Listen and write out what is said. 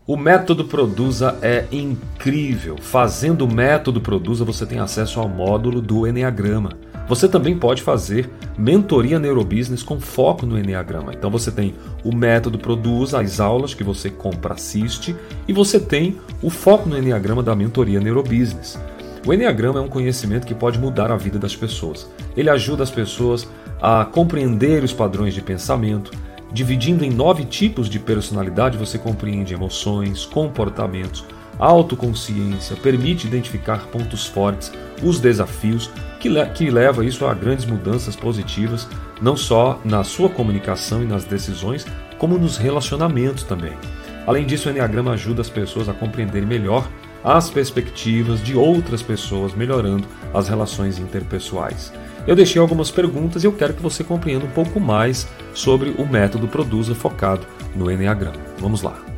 O método Produza é incrível. Fazendo o método Produza, você tem acesso ao módulo do Eneagrama. Você também pode fazer mentoria neurobusiness com foco no Eneagrama. Então você tem o método Produza, as aulas que você compra, assiste, e você tem o foco no Eneagrama da mentoria neurobusiness. O Eneagrama é um conhecimento que pode mudar a vida das pessoas. Ele ajuda as pessoas a compreender os padrões de pensamento. Dividindo em 9 tipos de personalidade, você compreende emoções, comportamentos, autoconsciência, permite identificar pontos fortes, os desafios, que leva isso a grandes mudanças positivas, não só na sua comunicação e nas decisões, como nos relacionamentos também. Além disso, o Eneagrama ajuda as pessoas a compreenderem melhor as perspectivas de outras pessoas, melhorando as relações interpessoais. Eu deixei algumas perguntas e eu quero que você compreenda um pouco mais sobre o método Produza focado no Eneagrama. Vamos lá.